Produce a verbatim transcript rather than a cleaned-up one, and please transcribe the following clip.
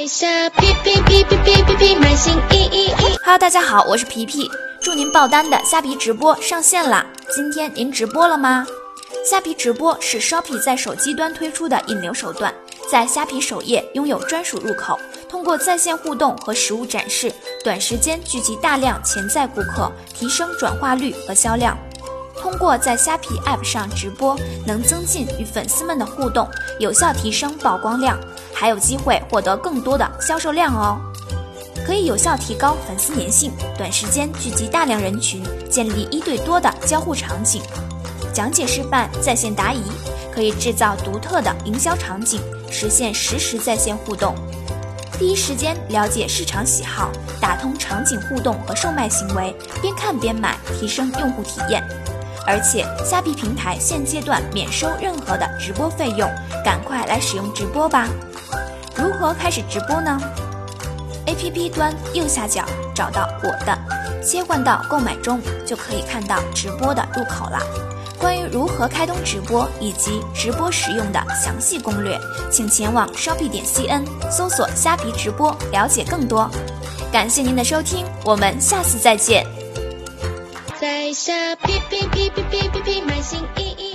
在下皮皮皮皮皮皮皮买新衣衣衣。 Hello， 大家好，我是皮皮，祝您爆单的虾皮直播上线啦！今天您直播了吗？虾皮直播是 Shopee 在手机端推出的引流手段，在虾皮首页拥有专属入口，通过在线互动和实物展示，短时间聚集大量潜在顾客，提升转化率和销量。通过在虾皮 App 上直播，能增进与粉丝们的互动，有效提升曝光量，还有机会获得更多的销售量哦。可以有效提高粉丝粘性，短时间聚集大量人群，建立一对多的交互场景。讲解示范，在线答疑，可以制造独特的营销场景，实现实时在线互动，第一时间了解市场喜好，打通场景互动和售卖行为，边看边买，提升用户体验。而且虾皮平台现阶段免收任何的直播费用，赶快来使用直播吧！如何开始直播呢？ A P P 端右下角找到我的，切换到购买中，就可以看到直播的入口了。关于如何开通直播以及直播使用的详细攻略，请前往 shopee 点 C N 搜索虾皮直播了解更多。感谢您的收听，我们下次再见。 在下皮皮皮皮皮皮皮买新衣衣。